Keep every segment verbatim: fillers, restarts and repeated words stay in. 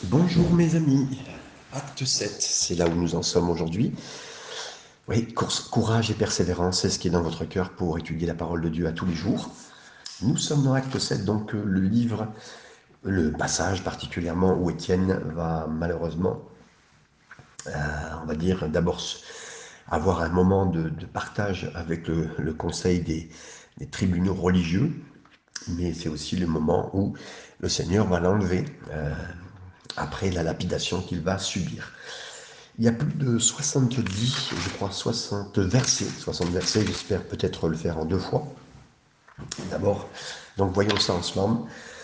Bonjour mes amis, acte sept, c'est là où nous en sommes aujourd'hui. Oui, course- courage et persévérance, c'est ce qui est dans votre cœur pour étudier la parole de Dieu à tous les jours. Nous sommes dans acte sept, donc euh, le livre, le passage particulièrement où Étienne va malheureusement, euh, on va dire, d'abord se- avoir un moment de, de partage avec le, le conseil des, des tribunaux religieux, mais c'est aussi le moment où le Seigneur va l'enlever euh, après la lapidation qu'il va subir. Il y a plus de soixante-dix, je crois, soixante versets. soixante versets, j'espère peut-être le faire en deux fois. D'abord, donc voyons ça ensemble.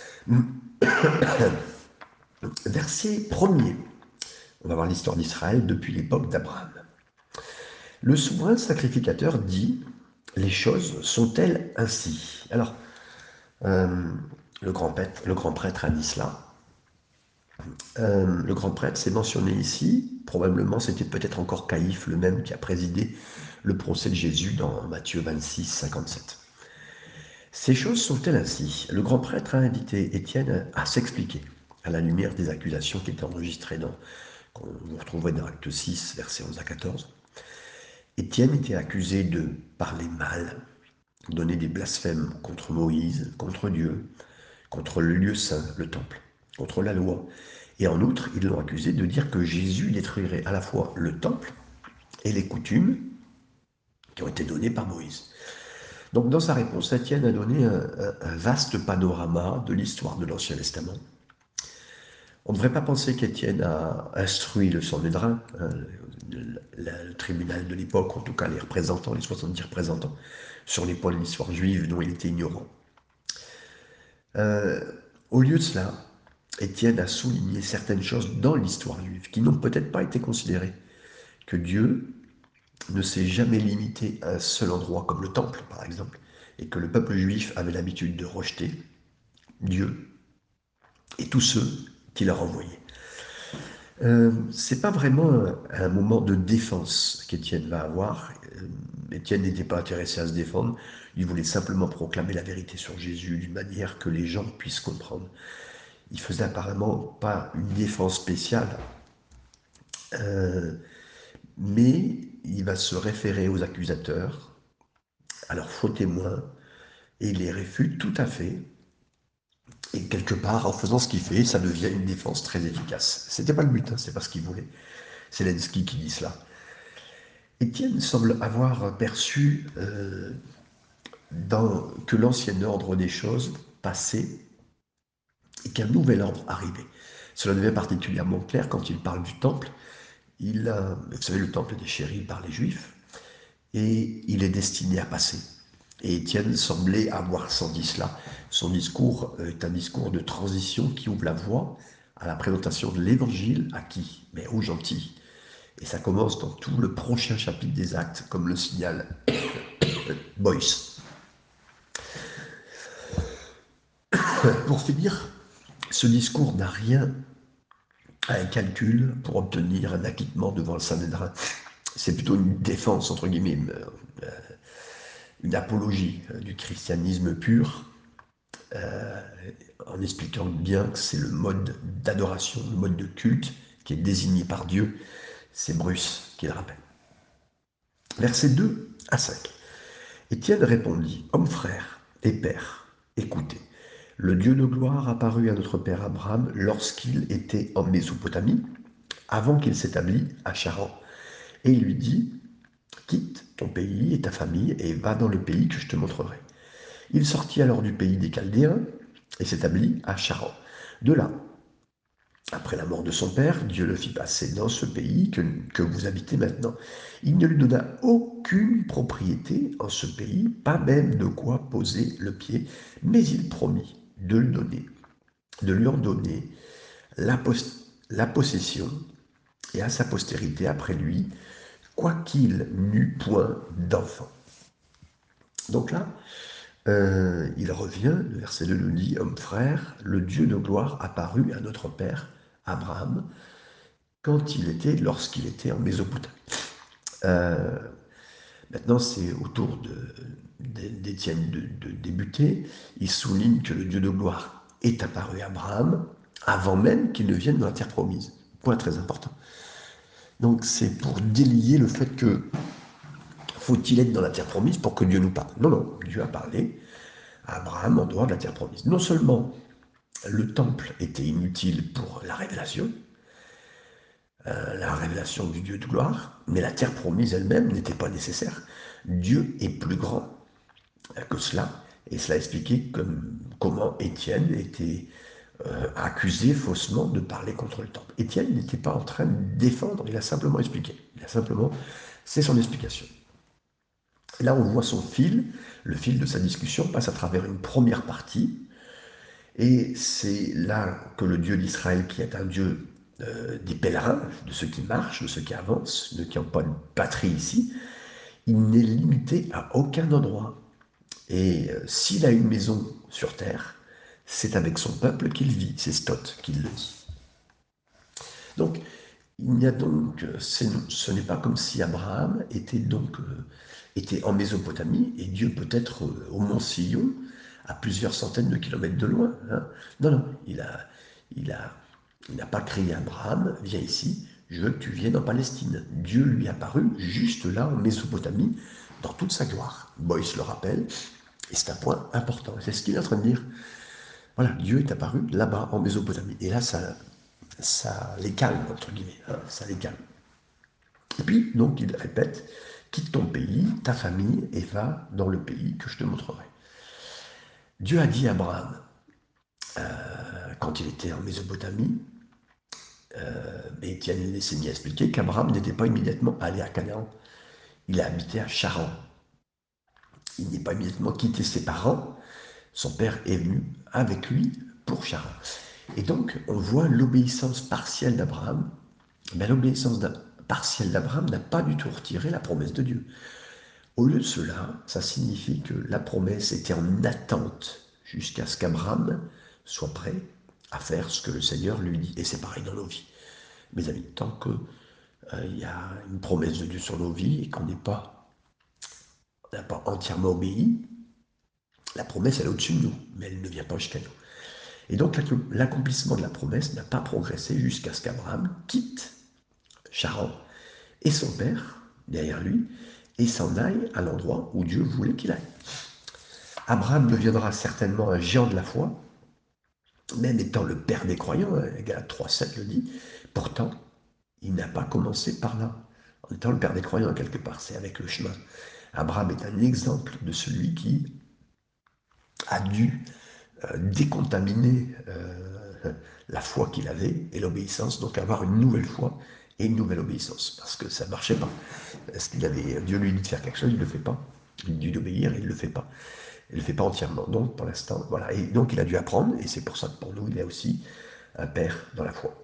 Verset premier. On va voir l'histoire d'Israël depuis l'époque d'Abraham. Le souverain sacrificateur dit, les choses sont-elles ainsi? Alors, euh, le, grand prêtre, le grand prêtre a dit cela. Euh, le grand prêtre, c'est mentionné ici. Probablement, c'était peut-être encore Caïphe, le même qui a présidé le procès de Jésus dans Matthieu vingt-six, cinquante-sept. Ces choses sont-elles ainsi? Le grand prêtre a invité Étienne à s'expliquer à la lumière des accusations qui étaient enregistrées dans, qu'on vous retrouverez dans Acte six, versets onze à quatorze. Étienne était accusé de parler mal, donner des blasphèmes contre Moïse, contre Dieu, contre le lieu saint, le temple, contre la loi. Et en outre, ils l'ont accusé de dire que Jésus détruirait à la fois le temple et les coutumes qui ont été données par Moïse. Donc dans sa réponse, Étienne a donné un, un- un vaste panorama de l'histoire de l'Ancien Testament. On ne devrait pas penser qu'Étienne a instruit le Sanhédrin, hein, le, le- le tribunal de l'époque, en tout cas les représentants, les soixante-dix représentants, sur les points de l'histoire juive dont il était ignorant. Euh, Au lieu de cela, Étienne a souligné certaines choses dans l'histoire juive qui n'ont peut-être pas été considérées, que Dieu ne s'est jamais limité à un seul endroit, comme le temple par exemple, et que le peuple juif avait l'habitude de rejeter Dieu et tous ceux qu'il a renvoyés. Euh, c'est pas vraiment un, un moment de défense qu'Étienne va avoir. Euh, Étienne n'était pas intéressé à se défendre, il voulait simplement proclamer la vérité sur Jésus d'une manière que les gens puissent comprendre. Il faisait apparemment pas une défense spéciale, euh, mais il va se référer aux accusateurs, à leurs faux témoins, et il les réfute tout à fait. Et quelque part, en faisant ce qu'il fait, ça devient une défense très efficace. C'était pas le but, hein, c'est pas ce qu'il voulait. C'est Zelensky qui dit cela. Étienne semble avoir perçu euh, dans, que l'ancien ordre des choses passait et qu'un nouvel ordre arrivait. Cela devient particulièrement clair quand il parle du temple. Il a, vous savez, le temple est chéri par les Juifs et il est destiné à passer. Et Étienne semblait avoir senti cela. Son discours est un discours de transition qui ouvre la voie à la présentation de l'évangile à qui? Mais aux gentils. Et ça commence dans tout le prochain chapitre des Actes, comme le signale Boyce. Pour finir, ce discours n'a rien à un calcul pour obtenir un acquittement devant le Sanhédrin. C'est plutôt une défense, entre guillemets, euh, une apologie euh, du christianisme pur, euh, en expliquant bien que c'est le mode d'adoration, le mode de culte qui est désigné par Dieu. C'est Bruce qui le rappelle. Versets deux à cinq. Étienne répondit, Homme frère et père, écoutez, le Dieu de gloire apparut à notre père Abraham lorsqu'il était en Mésopotamie, avant qu'il s'établît à Charan. Et il lui dit, quitte ton pays et ta famille et va dans le pays que je te montrerai. Il sortit alors du pays des Chaldéens et s'établit à Charan. De là, après la mort de son père, Dieu le fit passer dans ce pays que, que vous habitez maintenant. Il ne lui donna aucune propriété en ce pays, pas même de quoi poser le pied, mais il promit de le donner, de lui en donner la, pos- la possession et à sa postérité après lui, quoiqu'il n'eût point d'enfant. Donc là, euh, il revient, le verset deux nous dit, Homme frère, le Dieu de gloire apparut à notre père Abraham quand il était, lorsqu'il était en Mésopotamie. Euh, Maintenant, c'est au tour d'Étienne de, de, de débuter. Il souligne que le Dieu de gloire est apparu à Abraham avant même qu'il ne vienne dans la terre promise. Point très important. Donc c'est pour délier le fait que faut-il être dans la terre promise pour que Dieu nous parle. Non, non, Dieu a parlé à Abraham en dehors de la terre promise. Non seulement le temple était inutile pour la révélation, euh, la révélation du Dieu de gloire, mais la terre promise elle-même n'était pas nécessaire. Dieu est plus grand que cela, et cela expliquait comme, comment Étienne était euh, accusé faussement de parler contre le temple. Étienne n'était pas en train de défendre, il a simplement expliqué. Il a simplement, c'est son explication. Et là, on voit son fil, le fil de sa discussion passe à travers une première partie, et c'est là que le Dieu d'Israël, qui est un Dieu euh, des pèlerins, de ceux qui marchent, de ceux qui avancent, de qui n'ont pas de patrie ici, il n'est limité à aucun endroit. Et euh, s'il a une maison sur terre, c'est avec son peuple qu'il vit, c'est Stott qui le dit. Donc, il n'y a donc, ce n'est pas comme si Abraham était donc euh, était en Mésopotamie et Dieu peut être euh, au Mont Sillon, à plusieurs centaines de kilomètres de loin. Hein. Non, non, il a, il a, il n'a pas crié à Abraham, viens ici, je veux que tu viennes en Palestine. Dieu lui est apparu juste là en Mésopotamie, dans toute sa gloire. Boyce le rappelle, et c'est un point important. C'est ce qu'il est en train de dire. Voilà, Dieu est apparu là-bas en Mésopotamie. Et là, ça, ça les calme, entre guillemets. Hein, ça les calme. Et puis, donc, il répète, quitte ton pays, ta famille, et va dans le pays que je te montrerai. Dieu a dit à Abraham, euh, quand il était en Mésopotamie, euh, et Étienne s'est mis à expliquer qu'Abraham n'était pas immédiatement allé à Canaan. Il a habité à Charan. Il n'est pas immédiatement quitté ses parents. Son père est venu avec lui pour Charan. Et donc, on voit l'obéissance partielle d'Abraham. Mais l'obéissance partielle d'Abraham n'a pas du tout retiré la promesse de Dieu. Au lieu de cela, ça signifie que la promesse était en attente jusqu'à ce qu'Abraham soit prêt à faire ce que le Seigneur lui dit. Et c'est pareil dans nos vies. Mes amis, tant qu'il euh, y a une promesse de Dieu sur nos vies et qu'on n'est pas, n'a pas entièrement obéi, la promesse elle est au-dessus de nous, mais elle ne vient pas jusqu'à nous. Et donc l'accomplissement de la promesse n'a pas progressé jusqu'à ce qu'Abraham quitte Charan et son père derrière lui et s'en aille à l'endroit où Dieu voulait qu'il aille. Abraham deviendra certainement un géant de la foi, même étant le père des croyants, hein, Galates trois sept le dit. Pourtant, il n'a pas commencé par là, en étant le père des croyants quelque part, c'est avec le chemin. Abraham est un exemple de celui qui a dû euh, décontaminer euh, la foi qu'il avait et l'obéissance, donc avoir une nouvelle foi et une nouvelle obéissance, parce que ça ne marchait pas. Parce qu'il avait, Dieu lui dit de faire quelque chose, il ne le fait pas. Il dit d'obéir, il ne le fait pas. Il ne le fait pas entièrement. Donc, pour l'instant, voilà. Et donc, il a dû apprendre, et c'est pour ça que pour nous, il est aussi un père dans la foi.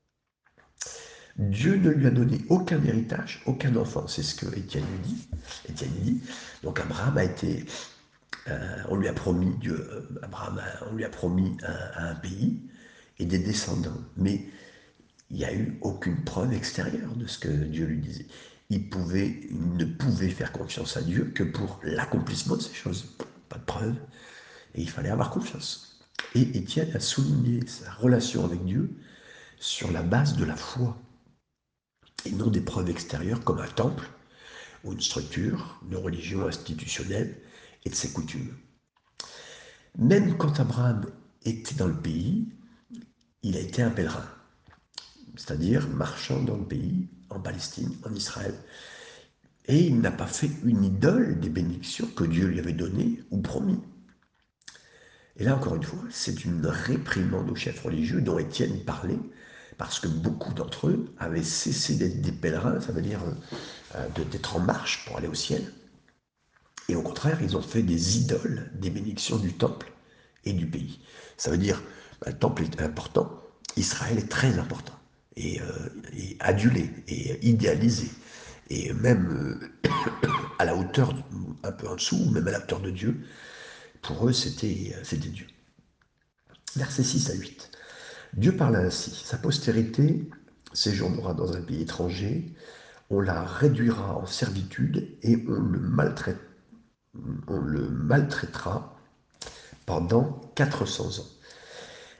Dieu ne lui a donné aucun héritage, aucun enfant. C'est ce que Étienne lui dit. Étienne dit. Donc, Abraham a été. Euh, on lui a promis, Dieu, euh, Abraham, a, on lui a promis un, un pays et des descendants. Mais il n'y a eu aucune preuve extérieure de ce que Dieu lui disait. Il, pouvait, il ne pouvait faire confiance à Dieu que pour l'accomplissement de ces choses. Pas de preuve. Et il fallait avoir confiance. Et Étienne a souligné sa relation avec Dieu sur la base de la foi, et non des preuves extérieures comme un temple ou une structure, une religion institutionnelle et de ses coutumes. Même quand Abraham était dans le pays, il a été un pèlerin, c'est-à-dire marchant dans le pays, en Palestine, en Israël. Et il n'a pas fait une idole des bénédictions que Dieu lui avait données ou promis. Et là, encore une fois, c'est une réprimande aux chefs religieux dont Étienne parlait, parce que beaucoup d'entre eux avaient cessé d'être des pèlerins, ça veut dire euh, d'être en marche pour aller au ciel. Et au contraire, ils ont fait des idoles des bénédictions du temple et du pays. Ça veut dire, bah, le temple est important, Israël est très important, et, euh, et adulé, et idéalisé, et même euh, à la hauteur, un peu en dessous, même à la hauteur de Dieu. Pour eux, c'était c'était Dieu. Versets six à huit. Dieu parle ainsi, sa postérité séjournera dans un pays étranger, on la réduira en servitude et on le, maltraite, on le maltraitera pendant quatre cents ans.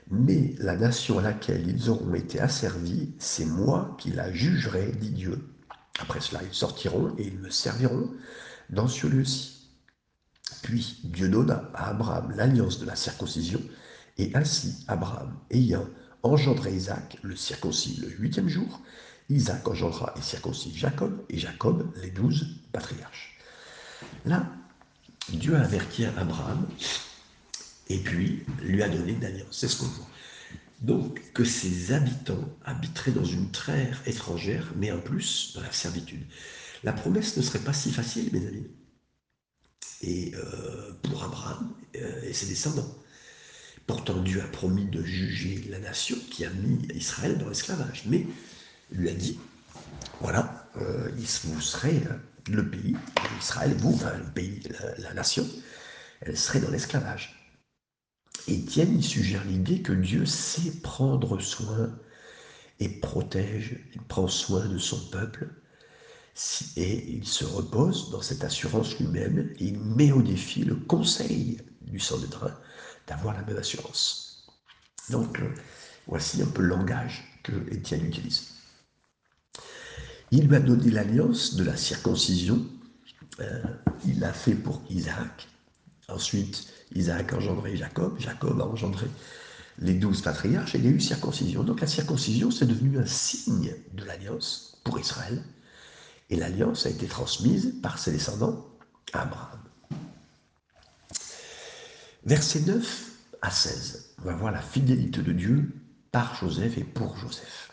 Mais la nation à laquelle ils auront été asservis, c'est moi qui la jugerai, dit Dieu. Après cela, ils sortiront et ils me serviront dans ce lieu-ci. Puis Dieu donna à Abraham l'alliance de la circoncision, et ainsi Abraham, ayant engendré Isaac, le circoncis le huitième jour, Isaac engendra et circoncis Jacob, et Jacob les douze patriarches. Là, Dieu a averti Abraham, et puis lui a donné une alliance. C'est ce qu'on voit. Donc, que ses habitants habiteraient dans une terre étrangère, mais en plus dans la servitude. La promesse ne serait pas si facile, mes amis, et euh, pour Abraham euh, et ses descendants. Pourtant, Dieu a promis de juger la nation qui a mis Israël dans l'esclavage. Mais il lui a dit, voilà, euh, vous serez le pays, Israël, vous, enfin, le pays, la, la nation, elle serait dans l'esclavage. Étienne, il suggère l'idée que Dieu sait prendre soin et protège, il prend soin de son peuple, et il se repose dans cette assurance lui-même, et il met au défi le conseil du Sanhédrin d'avoir la même assurance. Donc, euh, voici un peu le langage que Étienne utilise. Il lui a donné l'alliance de la circoncision, euh, il l'a fait pour Isaac. Ensuite, Isaac a engendré Jacob, Jacob a engendré les douze patriarches, et il y a eu circoncision. Donc la circoncision, c'est devenu un signe de l'alliance pour Israël, et l'alliance a été transmise par ses descendants à Abraham. Versets neuf à seize, on va voir la fidélité de Dieu par Joseph et pour Joseph.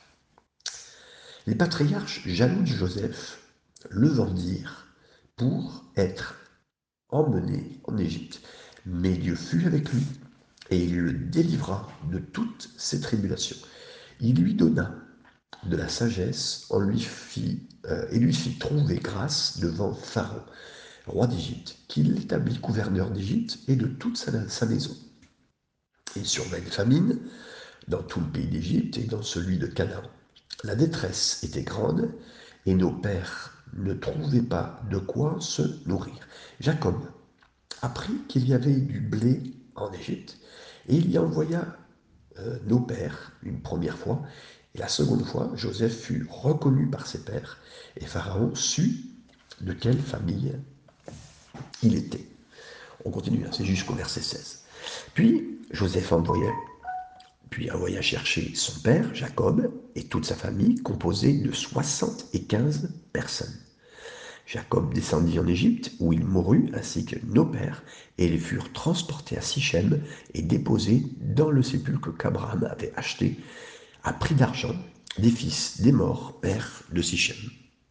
Les patriarches jaloux de Joseph le vendirent pour être emmené en Égypte. Mais Dieu fut avec lui et il le délivra de toutes ses tribulations. Il lui donna de la sagesse on lui fit, euh, et lui fit trouver grâce devant Pharaon, roi d'Égypte, qui l'établit gouverneur d'Égypte et de toute sa, sa maison. Il survint une famine dans tout le pays d'Égypte et dans celui de Canaan. La détresse était grande et nos pères ne trouvaient pas de quoi se nourrir. Jacob apprit qu'il y avait du blé en Égypte et il y envoya euh, nos pères une première fois. Et la seconde fois, Joseph fut reconnu par ses pères et Pharaon sut de quelle famille il était. On continue, c'est jusqu'au verset seize. Puis Joseph envoya, puis envoya chercher son père, Jacob, et toute sa famille, composée de soixante et quinze personnes. Jacob descendit en Égypte, où il mourut, ainsi que nos pères, et ils furent transportés à Sichem et déposés dans le sépulcre qu'Abraham avait acheté à prix d'argent des fils des morts, pères de Sichem.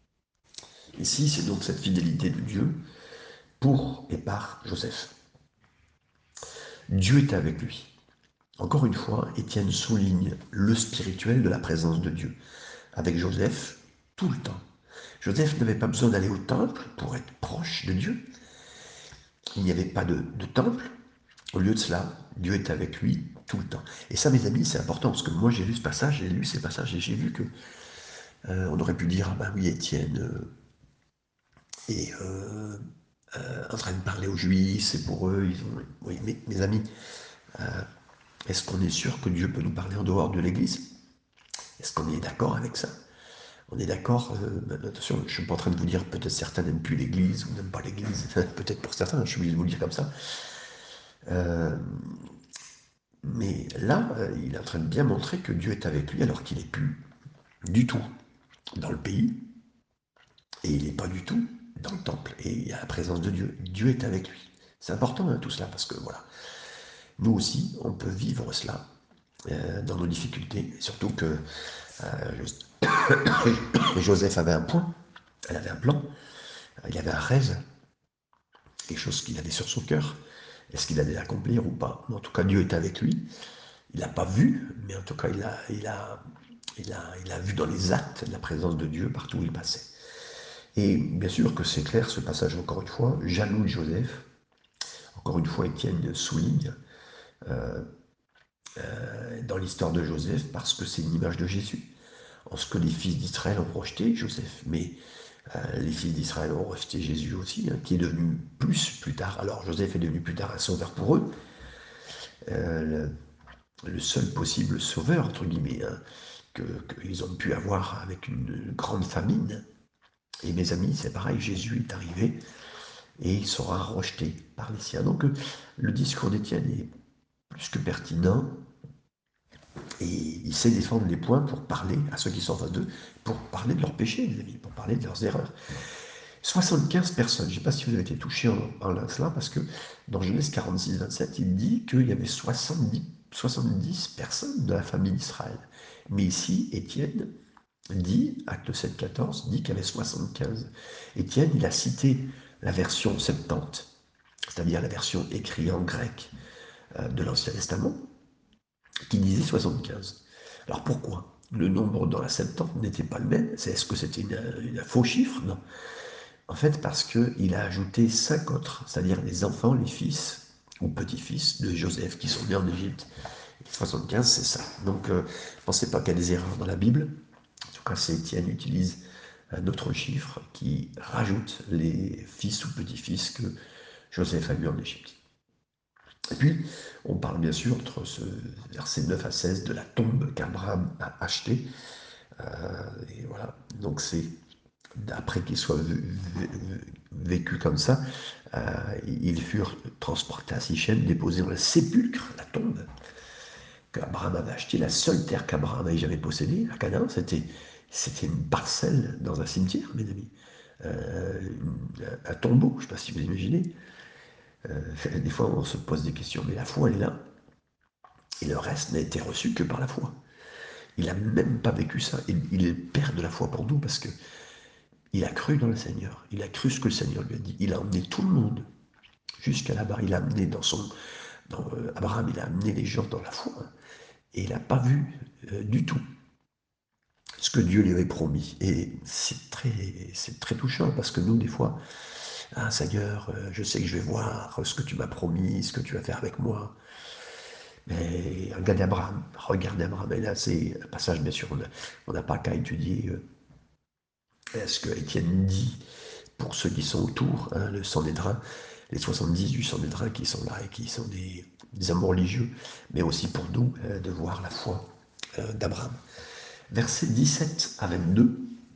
Ici, c'est donc cette fidélité de Dieu pour et par Joseph. Dieu est avec lui. Encore une fois, Étienne souligne le spirituel de la présence de Dieu. Avec Joseph, tout le temps. Joseph n'avait pas besoin d'aller au temple pour être proche de Dieu. Il n'y avait pas de, de temple. Au lieu de cela, Dieu est avec lui tout le temps. Et ça, mes amis, c'est important, parce que moi, j'ai lu ce passage, j'ai lu ces passages, et j'ai vu que euh, on aurait pu dire, ah ben oui, Étienne euh, est euh, euh, en train de parler aux Juifs, c'est pour eux, ils ont... Oui, mais mes amis, euh, est-ce qu'on est sûr que Dieu peut nous parler en dehors de l'Église? Est-ce qu'on est d'accord avec ça? On est d'accord, euh, attention, je ne suis pas en train de vous dire, peut-être certains n'aiment plus l'Église ou n'aiment pas l'Église, peut-être pour certains, je suis obligé de vous le dire comme ça. Euh, mais là, euh, il est en train de bien montrer que Dieu est avec lui alors qu'il n'est plus du tout dans le pays et il n'est pas du tout dans le temple. Et il y a la présence de Dieu. Dieu est avec lui. C'est important hein, tout cela parce que voilà, nous aussi, on peut vivre cela euh, dans nos difficultés. Et surtout que euh, Joseph avait un point, elle avait un plan, il avait un rêve, quelque chose qu'il avait sur son cœur. Est-ce qu'il allait l'accomplir ou pas? En tout cas, Dieu est avec lui. Il n'a pas vu, mais en tout cas, il a, il, a, il, a, il a vu dans les actes la présence de Dieu partout où il passait. Et bien sûr que c'est clair, ce passage, encore une fois, jaloux de Joseph. Encore une fois, Étienne souligne euh, euh, dans l'histoire de Joseph, parce que c'est une image de Jésus. En ce que les fils d'Israël ont rejeté Joseph, mais euh, les fils d'Israël ont rejeté Jésus aussi, hein, qui est devenu plus plus tard. Alors Joseph est devenu plus tard un sauveur pour eux. Euh, le seul possible sauveur, entre guillemets, hein, qu'ils ont pu avoir avec une grande famine. Et mes amis, c'est pareil, Jésus est arrivé et il sera rejeté par les siens. Donc le discours d'Étienne est plus que pertinent et il sait défendre les points pour parler à ceux qui sont en face d'eux, pour parler de leurs péchés, mes amis, pour parler de leurs erreurs. soixante-quinze personnes, je ne sais pas si vous avez été touchés en parlant de cela, parce que dans Genèse quarante-six, vingt-sept, il dit qu'il y avait soixante-dix, soixante-dix personnes de la famille d'Israël. Mais ici, Étienne dit, acte sept, quatorze, dit qu'il y avait soixante-quinze. Étienne, il a cité la version septante, c'est-à-dire la version écrite en grec euh, de l'Ancien Testament, qui disait soixante-quinze. Alors pourquoi le nombre dans la Septante n'était pas le même? Est-ce que c'était un faux chiffre? Non. En fait, parce qu'il a ajouté cinq autres, c'est-à-dire les enfants, les fils ou petits-fils de Joseph qui sont nés en Égypte. soixante-quinze, c'est ça. Donc, euh, ne pensez pas qu'il y a des erreurs dans la Bible. En tout cas, c'est Étienne utilise un autre chiffre qui rajoute les fils ou petits-fils que Joseph a eu en Égypte. Et puis, on parle bien sûr, entre ce verset neuf à seize, de la tombe qu'Abraham a achetée. Euh, et voilà, donc c'est, après qu'il soit vécu comme ça, euh, ils furent transportés à Sichem, déposés dans le sépulcre, la tombe, qu'Abraham avait acheté, la seule terre qu'Abraham avait jamais possédée, à Canaan, c'était, c'était une parcelle dans un cimetière, mes amis. Euh, un tombeau, je ne sais pas si vous imaginez. Euh, des fois, on se pose des questions, mais la foi, elle est là. Et le reste n'a été reçu que par la foi. Il n'a même pas vécu ça. Il, il est le père de la foi pour nous parce que il a cru dans le Seigneur. Il a cru ce que le Seigneur lui a dit. Il a emmené tout le monde jusqu'à là-bas. Il a amené dans son... Dans, euh, Abraham, il a amené les gens dans la foi. Et il n'a pas vu euh, du tout ce que Dieu lui avait promis. Et c'est très, c'est très touchant parce que nous, des fois, ah Seigneur, euh, je sais que je vais voir ce que tu m'as promis, ce que tu vas faire avec moi. Mais regardez Abraham, regardez Abraham. Et là, c'est un passage, bien sûr, on n'a pas qu'à étudier euh, ce que Étienne dit pour ceux qui sont autour, hein, le Sanhédrin, les soixante-dix du Sanhédrin qui sont là et qui sont des, des hommes religieux, mais aussi pour nous euh, de voir la foi euh, d'Abraham. Versets dix-sept à vingt-deux,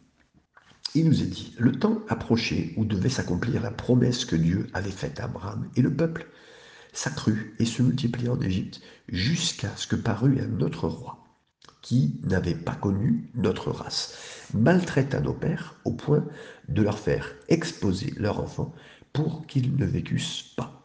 il nous est dit, le temps approchait où devait s'accomplir la promesse que Dieu avait faite à Abraham, et le peuple s'accrut et se multiplia en Égypte jusqu'à ce que parut un autre roi qui n'avait pas connu notre race, maltraita nos pères au point de leur faire exposer leurs enfants pour qu'ils ne vécussent pas.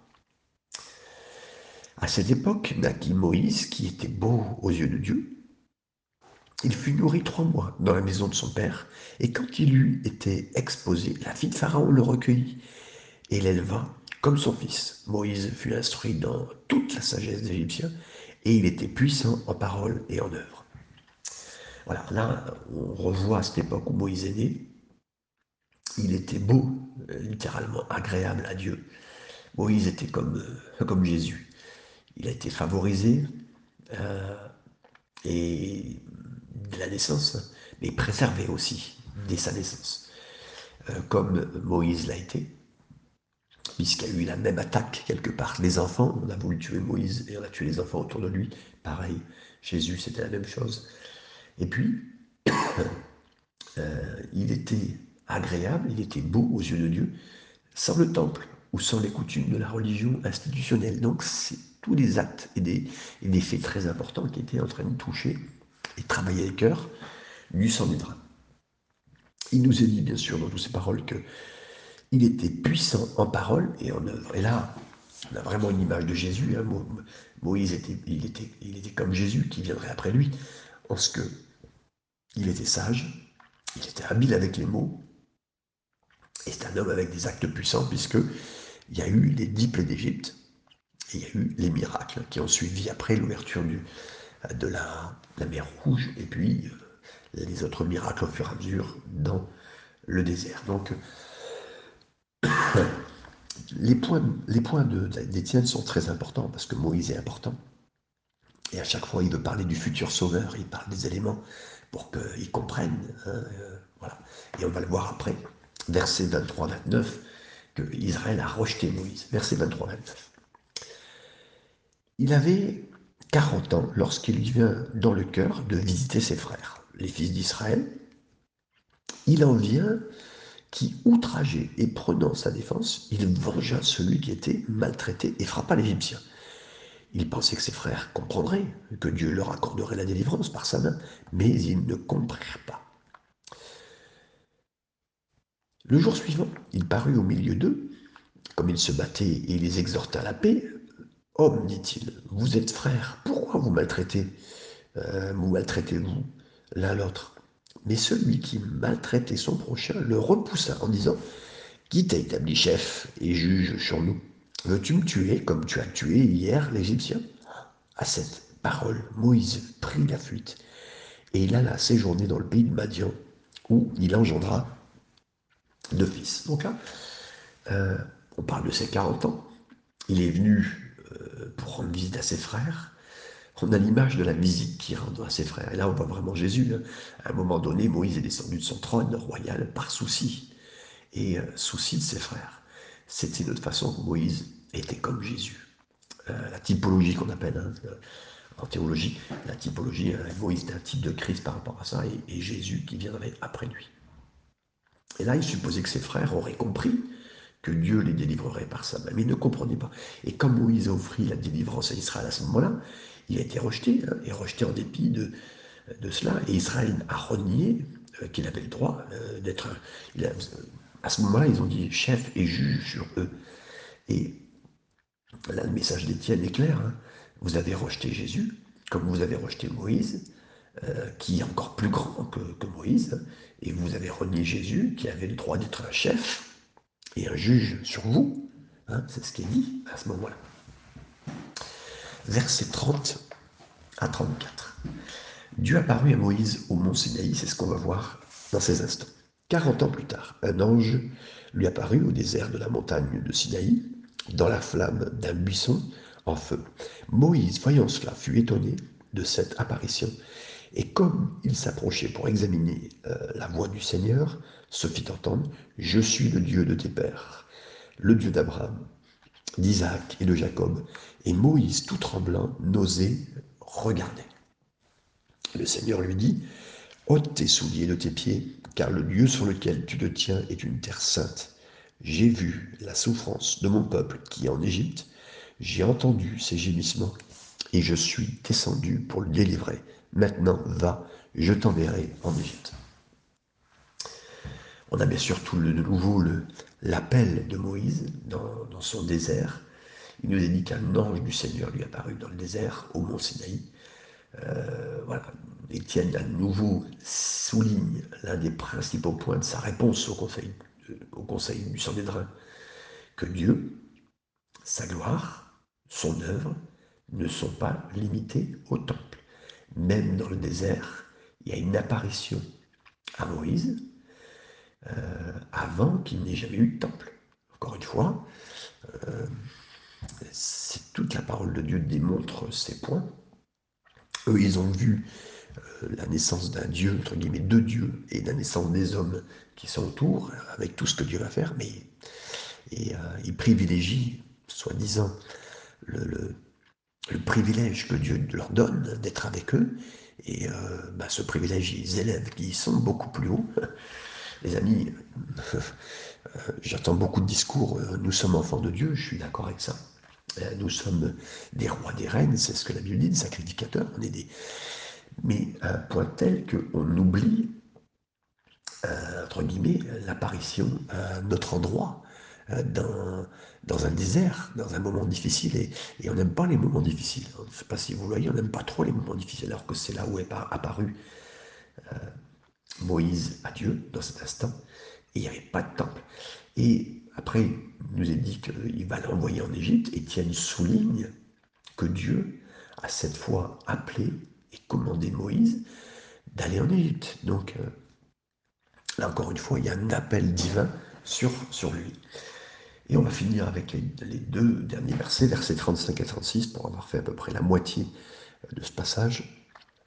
À cette époque naquit Moïse, qui était beau aux yeux de Dieu. Il fut nourri trois mois dans la maison de son père, et quand il eut été exposé, la fille de Pharaon le recueillit et l'éleva comme son fils. Moïse fut instruit dans toute la sagesse des Égyptiens, et il était puissant en parole et en œuvre. Voilà, là, on revoit à cette époque où Moïse est né. Il était beau, littéralement agréable à Dieu. Moïse était comme, comme Jésus. Il a été favorisé euh, et de la naissance, mais préservé aussi dès sa naissance, euh, comme Moïse l'a été, puisqu'il y a eu la même attaque quelque part. Les enfants, on a voulu tuer Moïse et on a tué les enfants autour de lui. Pareil, Jésus, c'était la même chose. Et puis, euh, il était agréable, il était beau aux yeux de Dieu, sans le temple ou sans les coutumes de la religion institutionnelle. Donc, c'est tous les actes et des, et des faits très importants qui étaient en train de toucher et travailler les cœurs du Sanhédrin. Il nous est dit, bien sûr, dans toutes ces paroles, qu'il était puissant en parole et en œuvre. Et là, on a vraiment une image de Jésus. Hein. Moïse, était, il, était, il était comme Jésus qui viendrait après lui, en ce que il était sage, il était habile avec les mots, et c'est un homme avec des actes puissants, puisqu'il y a eu les dix plaies d'Égypte, et il y a eu les miracles qui ont suivi après l'ouverture du, de la, la mer Rouge, et puis euh, les autres miracles au fur et à mesure dans le désert. Donc, les points, les points de, d'Étienne sont très importants, parce que Moïse est important. Et à chaque fois, il veut parler du futur sauveur, il parle des éléments pour qu'ils comprennent. Hein, euh, voilà. Et on va le voir après, verset vingt-trois vingt-neuf, que Israël a rejeté Moïse. Verset vingt-trois vingt-neuf. Il avait quarante ans lorsqu'il lui vient dans le cœur de visiter ses frères, les fils d'Israël. Il en vient qui, outragé et prenant sa défense, il vengea celui qui était maltraité et frappa l'Égyptien. Il pensait que ses frères comprendraient, que Dieu leur accorderait la délivrance par sa main, mais ils ne comprirent pas. Le jour suivant, il parut au milieu d'eux, comme il se battait et les exhorta à la paix. Hommes, dit-il, vous êtes frères, pourquoi vous maltraitez euh, Vous maltraitez-vous l'un l'autre. Mais celui qui maltraitait son prochain le repoussa en disant, qui t'a établi chef et juge sur nous? Veux-tu me tuer comme tu as tué hier l'Égyptien? À cette parole, Moïse prit la fuite et il alla séjourner dans le pays de Madian, où il engendra deux fils. Donc là, euh, on parle de ses quarante ans. Il est venu euh, pour rendre visite à ses frères. On a l'image de la visite qu'il rend à ses frères. Et là, on voit vraiment Jésus. Hein. À un moment donné, Moïse est descendu de son trône royal par souci. Et euh, souci de ses frères. C'était de toute façon que Moïse était comme Jésus. Euh, la typologie qu'on appelle hein, en théologie, la typologie, euh, Moïse était un type de Christ par rapport à ça, et, et Jésus qui viendrait après lui. Et là, il supposait que ses frères auraient compris que Dieu les délivrerait par sa main, mais ils ne comprenaient pas. Et comme Moïse a offert la délivrance à Israël à ce moment-là, il a été rejeté, hein, et rejeté en dépit de, de cela, et Israël a renié euh, qu'il avait le droit euh, d'être... Euh, à ce moment-là, ils ont dit chef et juge sur eux. Et là, le message d'Étienne est clair, hein. Vous avez rejeté Jésus, comme vous avez rejeté Moïse, euh, qui est encore plus grand que, que Moïse, et vous avez renié Jésus, qui avait le droit d'être un chef et un juge sur vous. Hein, c'est ce qui est dit à ce moment-là. Versets trente à trente-quatre. Dieu apparut à Moïse au mont Sinaï, c'est ce qu'on va voir dans ces instants. Quarante ans plus tard, un ange lui apparut au désert de la montagne de Sinaï, dans la flamme d'un buisson en feu. Moïse, voyant cela, fut étonné de cette apparition, et comme il s'approchait pour examiner euh, la voix du Seigneur, se fit entendre, « Je suis le Dieu de tes pères, le Dieu d'Abraham, d'Isaac et de Jacob. » Et Moïse, tout tremblant, n'osait regarder. Le Seigneur lui dit, « ôte tes souliers de tes pieds, car le lieu sur lequel tu te tiens est une terre sainte. J'ai vu la souffrance de mon peuple qui est en Égypte, j'ai entendu ses gémissements, et je suis descendu pour le délivrer. Maintenant, va, je t'enverrai en Égypte. » On a bien sûr tout le, de nouveau le, l'appel de Moïse dans, dans son désert. Il nous est dit qu'un ange du Seigneur lui apparut dans le désert, au mont Sinaï. Euh, voilà. Étienne, à nouveau, souligne l'un des principaux points de sa réponse au conseil, au conseil du Sanhédrin, que Dieu, sa gloire, son œuvre, ne sont pas limitées au temple. Même dans le désert, il y a une apparition à Moïse euh, avant qu'il n'ait jamais eu de temple. Encore une fois, euh, c'est toute la parole de Dieu démontre ces points. Eux, ils ont vu euh, la naissance d'un Dieu, entre guillemets, de Dieu, et la naissance des hommes qui sont autour, avec tout ce que Dieu va faire, mais et, euh, ils privilégient, soi-disant, le, le, le privilège que Dieu leur donne d'être avec eux, et euh, bah, ce privilège, ils élèvent qui sont beaucoup plus hauts. Les amis, euh, j'entends beaucoup de discours, euh, nous sommes enfants de Dieu, je suis d'accord avec ça. Euh, nous sommes des rois, des reines, c'est ce que la Bible dit, des sacrificateurs, on est des... mais à un point tel qu'on oublie, euh, entre guillemets, l'apparition à notre endroit, euh, dans, dans un désert, dans un moment difficile, et, et on n'aime pas les moments difficiles. Je ne sais pas si vous voyez, on n'aime pas trop les moments difficiles, alors que c'est là où est apparu euh, Moïse à Dieu, dans cet instant, et il n'y avait pas de temple. Et après, il nous est dit qu'il va l'envoyer en Égypte. Étienne souligne que Dieu a cette fois appelé et commandé Moïse d'aller en Égypte. Donc, euh, là encore une fois, il y a un appel divin sur, sur lui. Et on va finir avec les, les deux derniers versets, versets trente-cinq et trente-six, pour avoir fait à peu près la moitié de ce passage.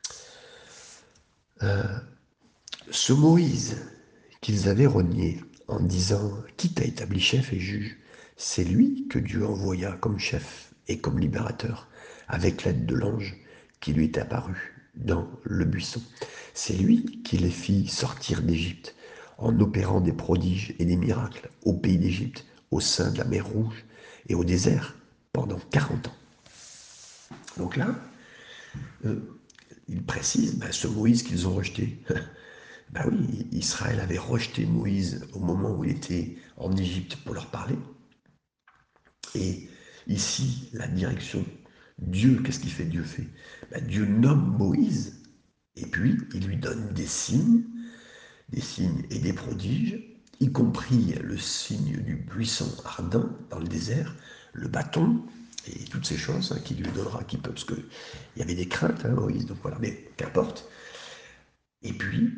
Euh, ce Moïse qu'ils avaient renié en disant « Qui t'a établi chef et juge ?» C'est lui que Dieu envoya comme chef et comme libérateur, avec l'aide de l'ange qui lui est apparu dans le buisson. C'est lui qui les fit sortir d'Égypte en opérant des prodiges et des miracles au pays d'Égypte, au sein de la mer Rouge et au désert pendant quarante ans. Donc là, euh, il précise, ben, ce Moïse qu'ils ont rejeté. Ben oui, Israël avait rejeté Moïse au moment où il était en Égypte pour leur parler. Et ici, la direction, Dieu, qu'est-ce qu'il fait? Dieu fait ben, Dieu nomme Moïse, et puis il lui donne des signes, des signes et des prodiges, y compris le signe du buisson ardent dans le désert, le bâton, et toutes ces choses hein, qu'il lui donnera, qui peut, parce qu'il y avait des craintes, hein, Moïse, donc voilà, mais qu'importe. Et puis,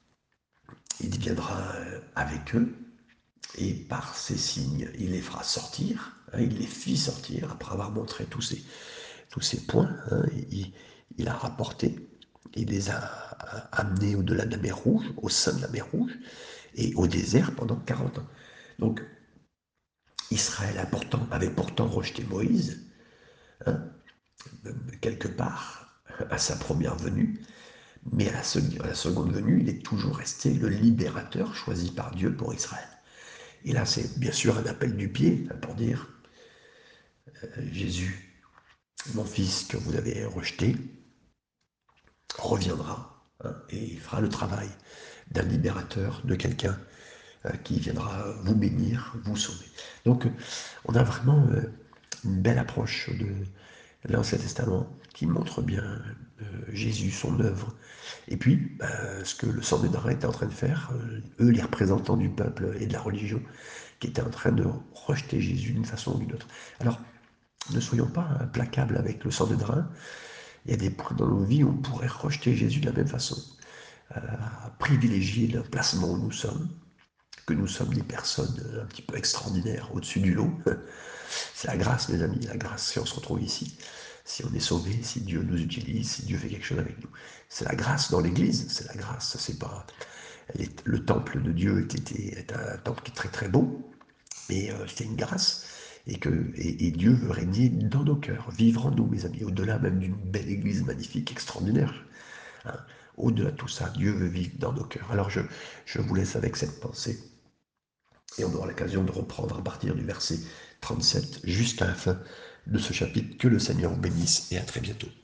il viendra avec eux, et par ces signes, il les fera sortir, hein, il les fit sortir, après avoir montré tous ces, tous ces points, hein, il, il a rapporté, il les a amenés au-delà de la mer Rouge, au sein de la mer Rouge, et au désert pendant quarante ans. Donc, Israël a pourtant, avait pourtant rejeté Moïse, hein, quelque part, à sa première venue, mais à la, seconde, à la seconde venue, il est toujours resté le libérateur choisi par Dieu pour Israël. Et là, c'est bien sûr un appel du pied pour dire euh, Jésus, mon fils que vous avez rejeté, reviendra hein, et il fera le travail d'un libérateur, de quelqu'un euh, qui viendra vous bénir, vous sauver. Donc, euh, on a vraiment euh, une belle approche de l'Ancien Testament qui montre bien euh, Jésus, son œuvre, et puis euh, ce que le Sanhédrin était en train de faire, euh, eux, les représentants du peuple et de la religion, qui étaient en train de rejeter Jésus d'une façon ou d'une autre. Alors, ne soyons pas implacables avec le Sanhédrin. Il y a des points dans nos vies où on pourrait rejeter Jésus de la même façon, euh, privilégier le placement où nous sommes, que nous sommes des personnes un petit peu extraordinaires au-dessus du lot. C'est la grâce, mes amis, la grâce si on se retrouve ici, si on est sauvé, si Dieu nous utilise, si Dieu fait quelque chose avec nous. C'est la grâce dans l'Église, c'est la grâce. C'est pas le temple de Dieu était, est un temple qui est très très beau, mais euh, c'est une grâce. Et, que, et, et Dieu veut régner dans nos cœurs, vivre en nous, mes amis, au-delà même d'une belle église magnifique, extraordinaire. Hein. Au-delà de tout ça, Dieu veut vivre dans nos cœurs. Alors je, je vous laisse avec cette pensée. Et on aura l'occasion de reprendre à partir du verset trente-sept jusqu'à la fin de ce chapitre. Que le Seigneur vous bénisse et à très bientôt.